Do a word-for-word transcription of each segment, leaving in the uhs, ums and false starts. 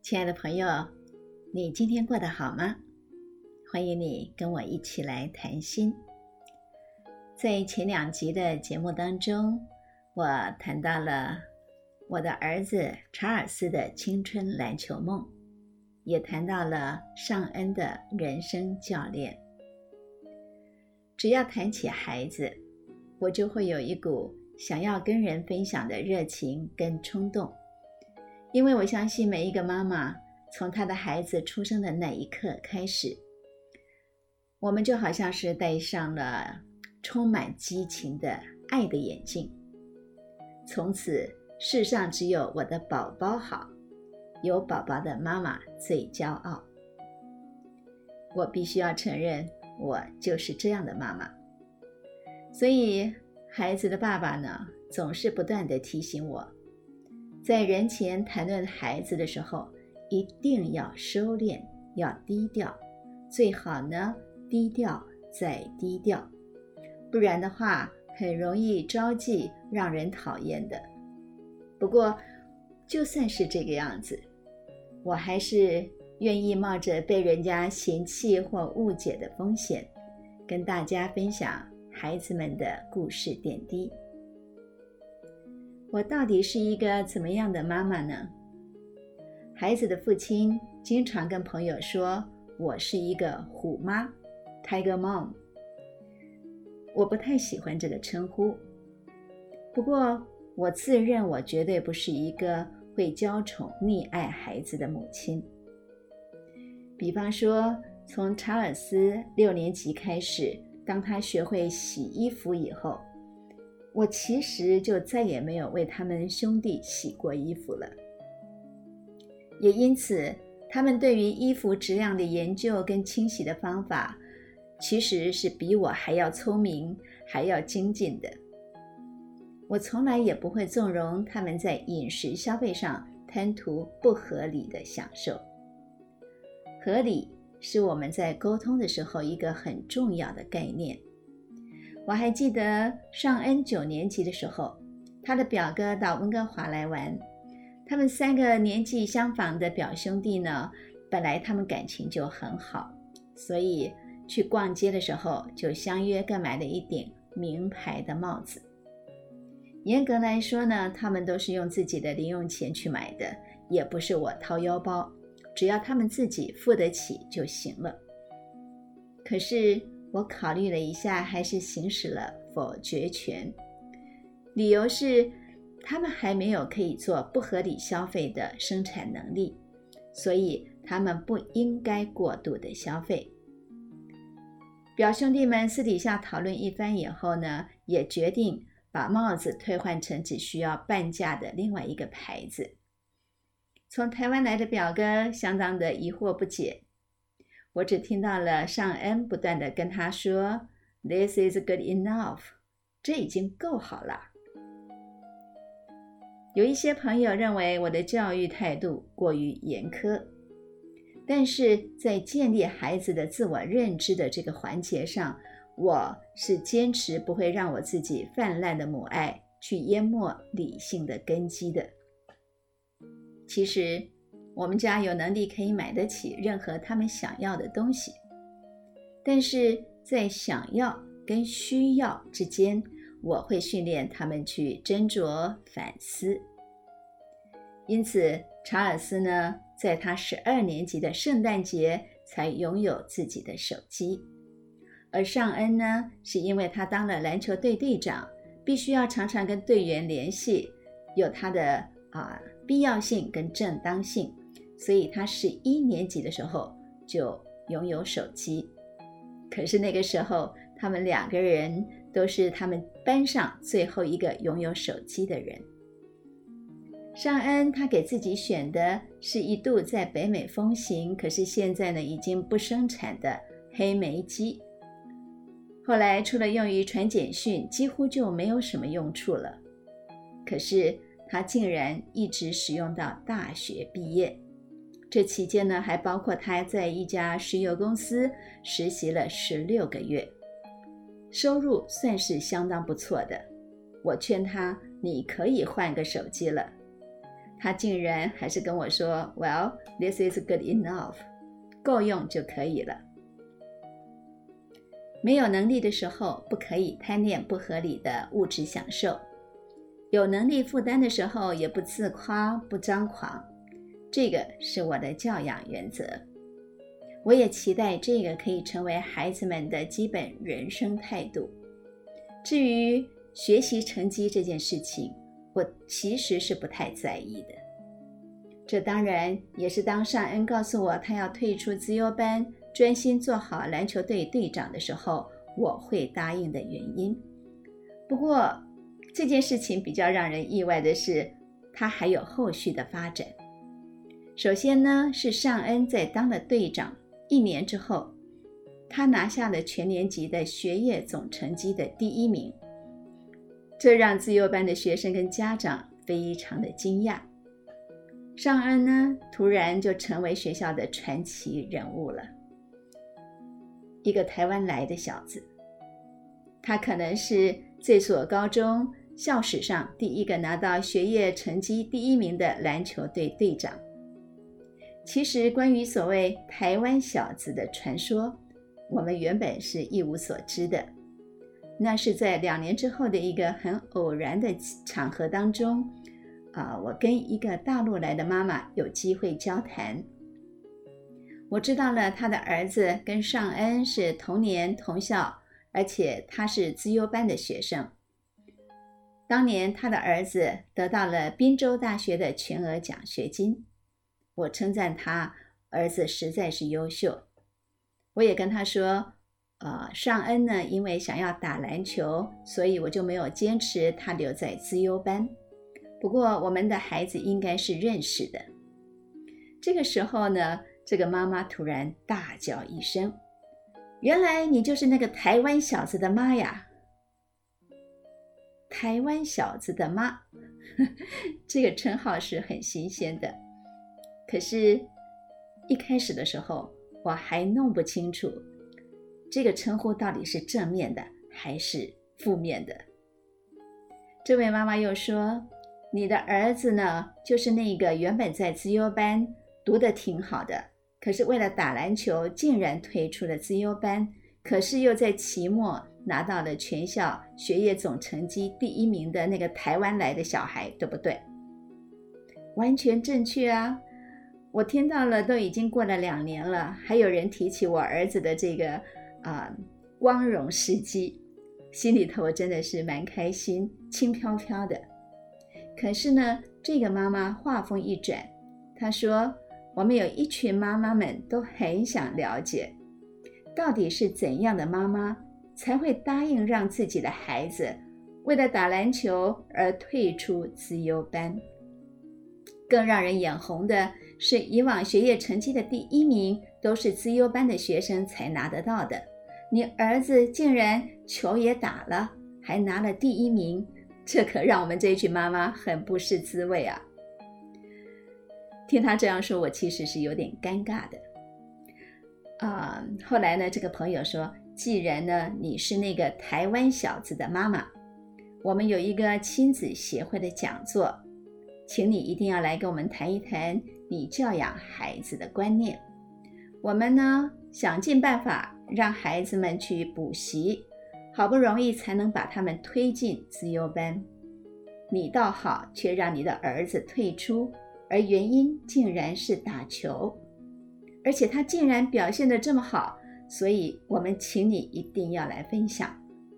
亲爱的朋友，你今天过得好吗？欢迎你跟我一起来谈心。在前两集的节目当中，我谈到了我的儿子查尔斯的青春篮球梦，也谈到了尚恩的人生教练。只要谈起孩子，我就会有一股想要跟人分享的热情跟冲动，因为我相信每一个妈妈从她的孩子出生的那一刻开始，我们就好像是戴上了充满激情的爱的眼镜，从此世上只有我的宝宝好，有宝宝的妈妈最骄傲。我必须要承认，我就是这样的妈妈。所以孩子的爸爸呢，总是不断地提醒我，在人前谈论孩子的时候，一定要收敛，要低调，最好呢低调再低调，不然的话很容易招忌让人讨厌的。不过就算是这个样子，我还是愿意冒着被人家嫌弃或误解的风险，跟大家分享孩子们的故事点滴。我到底是一个怎么样的妈妈呢？孩子的父亲经常跟朋友说，我是一个虎妈 Tiger Mom。 我不太喜欢这个称呼，不过我自认我绝对不是一个会娇宠溺爱孩子的母亲。比方说，从查尔斯六年级开始，当他学会洗衣服以后，我其实就再也没有为他们兄弟洗过衣服了。也因此，他们对于衣服质量的研究跟清洗的方法，其实是比我还要聪明，还要精进的。我从来也不会纵容他们在饮食消费上贪图不合理的享受。合理是我们在沟通的时候一个很重要的概念。我还记得尚恩九年级的时候，他的表哥到温哥华来玩，他们三个年纪相仿的表兄弟呢，本来他们感情就很好，所以去逛街的时候就相约各买了一顶名牌的帽子。严格来说呢，他们都是用自己的零用钱去买的，也不是我掏腰包，只要他们自己付得起就行了。可是我考虑了一下，还是行使了否决权。理由是他们还没有可以做不合理消费的生产能力，所以他们不应该过度的消费。表兄弟们私底下讨论一番以后呢，也决定把帽子退换成只需要半价的另外一个牌子。从台湾来的表哥相当的疑惑不解，我只听到了尚恩不断地跟他说 This is good enough， 这已经够好了。有一些朋友认为我的教育态度过于严苛，但是在建立孩子的自我认知的这个环节上，我是坚持不会让我自己泛滥的母爱去淹没理性的根基的。其实我们家有能力可以买得起任何他们想要的东西，但是在想要跟需要之间，我会训练他们去斟酌反思。因此查尔斯呢，在他十二年级的圣诞节才拥有自己的手机，而尚恩呢，是因为他当了篮球队队长，必须要常常跟队员联系，有他的啊、必要性跟正当性，所以他十一年级的时候就拥有手机。可是那个时候他们两个人都是他们班上最后一个拥有手机的人。尚恩他给自己选的是一度在北美风行，可是现在呢已经不生产的黑莓机，后来除了用于传简讯，几乎就没有什么用处了。可是他竟然一直使用到大学毕业，这期间呢，还包括他在一家石油公司实习了十六个月，收入算是相当不错的。我劝他，你可以换个手机了。 他竟然还是跟我说 Well, this is good enough， 够用就可以了。没有能力的时候，不可以贪恋不合理的物质享受。有能力负担的时候，也不自夸，不张狂。这个是我的教养原则。我也期待这个可以成为孩子们的基本人生态度。至于学习成绩这件事情，我其实是不太在意的。这当然也是当尚恩告诉我他要退出资优班，专心做好篮球队队长的时候，我会答应的原因。不过这件事情比较让人意外的是，他还有后续的发展。首先呢，是尚恩在当了队长一年之后，他拿下了全年级的学业总成绩的第一名，这让资优班的学生跟家长非常的惊讶。尚恩呢，突然就成为学校的传奇人物了。一个台湾来的小子，他可能是这所高中校史上第一个拿到学业成绩第一名的篮球队队长。其实关于所谓台湾小子的传说，我们原本是一无所知的。那是在两年之后的一个很偶然的场合当中，啊，我跟一个大陆来的妈妈有机会交谈。我知道了他的儿子跟尚恩是同年同校，而且他是资优班的学生。当年他的儿子得到了宾州大学的全额奖学金，我称赞他儿子实在是优秀。我也跟他说，呃，尚恩呢，因为想要打篮球，所以我就没有坚持他留在资优班。不过我们的孩子应该是认识的。这个时候呢，这个妈妈突然大叫一声，原来你就是那个台湾小子的妈呀！台湾小子的妈这个称号是很新鲜的。可是一开始的时候我还弄不清楚这个称呼到底是正面的还是负面的。这位妈妈又说，你的儿子呢，就是那个原本在资优班读得挺好的，可是为了打篮球竟然退出了资优班，可是又在期末拿到了全校学业总成绩第一名的那个台湾来的小孩，对不对？完全正确啊！我听到了，都已经过了两年了，还有人提起我儿子的这个啊、呃、光荣事迹，心里头真的是蛮开心，轻飘飘的。可是呢，这个妈妈话锋一转，她说，我们有一群妈妈们都很想了解，到底是怎样的妈妈才会答应让自己的孩子为了打篮球而退出资优班。更让人眼红的是，以往学业成绩的第一名都是资优班的学生才拿得到的，你儿子竟然球也打了，还拿了第一名，这可让我们这一群妈妈很不是滋味啊。听他这样说，我其实是有点尴尬的。啊、呃，后来呢，这个朋友说，既然呢你是那个台湾小子的妈妈，我们有一个亲子协会的讲座，请你一定要来跟我们谈一谈你教养孩子的观念。我们呢想尽办法让孩子们去补习，好不容易才能把他们推进资优班。你倒好，却让你的儿子退出，而原因竟然是打球，而且他竟然表现得这么好，所以我们请你一定要来分享。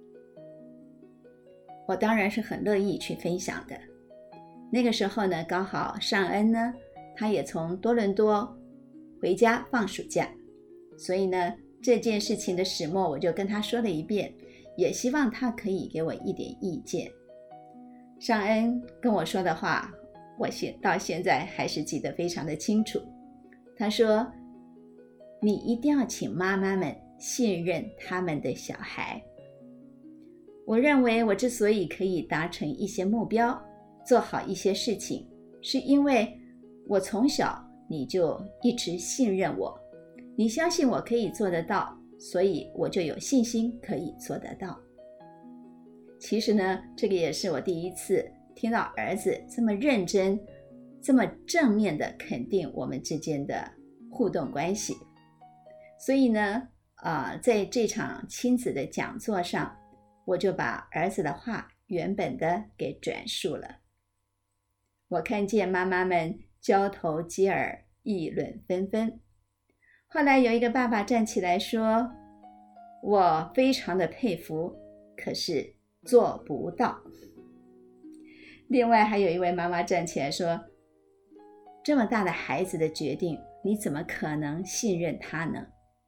我当然是很乐意去分享的。那个时候呢，刚好尚恩呢，他也从多伦多回家放暑假，所以呢，这件事情的始末我就跟他说了一遍，也希望他可以给我一点意见。尚恩跟我说的话，我现到现在还是记得非常的清楚。他说，你一定要请妈妈们信任他们的小孩。我认为我之所以可以达成一些目标，做好一些事情，是因为我从小你就一直信任我，你相信我可以做得到，所以我就有信心可以做得到。其实呢，这个也是我第一次听到儿子这么认真这么正面的肯定我们之间的互动关系。所以呢，呃，在这场亲子的讲座上，我就把儿子的话原本的给转述了。我看见妈妈们交头接耳，议论纷纷。后来有一个爸爸站起来说，我非常的佩服，可是做不到。另外还有一位妈妈站起来说，这么大的孩子的决定，你怎么可能信任他呢？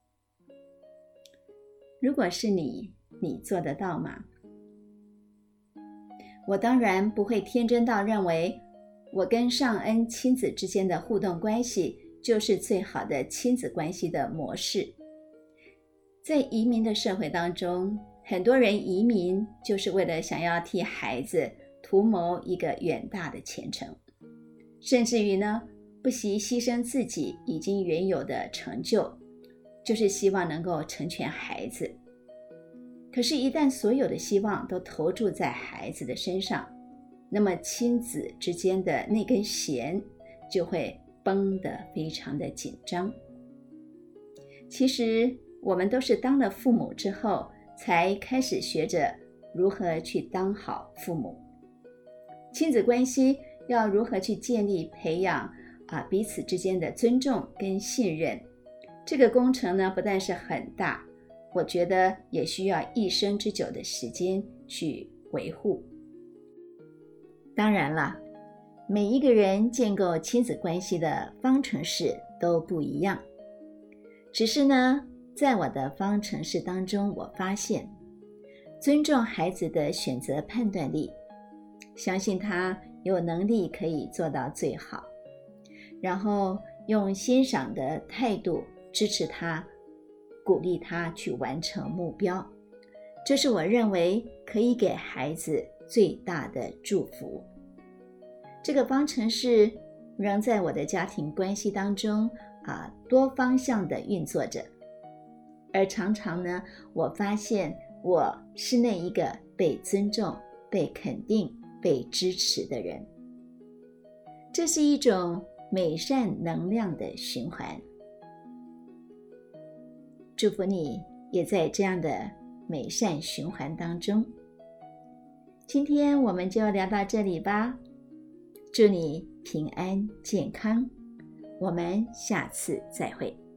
如果是你，你做得到吗？我当然不会天真到认为我跟尚恩亲子之间的互动关系就是最好的亲子关系的模式。在移民的社会当中，很多人移民就是为了想要替孩子图谋一个远大的前程，甚至于呢，不惜牺牲自己已经原有的成就，就是希望能够成全孩子。可是，一旦所有的希望都投注在孩子的身上，那么亲子之间的那根弦就会绷得非常的紧张。其实我们都是当了父母之后，才开始学着如何去当好父母。亲子关系要如何去建立、培养啊彼此之间的尊重跟信任，这个工程呢，不但是很大，我觉得也需要一生之久的时间去维护。当然了，每一个人建构亲子关系的方程式都不一样。只是呢，在我的方程式当中，我发现尊重孩子的选择判断力，相信他有能力可以做到最好，然后用欣赏的态度支持他，鼓励他去完成目标，这是我认为可以给孩子最大的祝福。这个方程式仍在我的家庭关系当中啊多方向的运作着，而常常呢，我发现我是那一个被尊重、被肯定、被支持的人。这是一种美善能量的循环。祝福你也在这样的美善循环当中。今天我们就聊到这里吧，祝你平安健康，我们下次再会。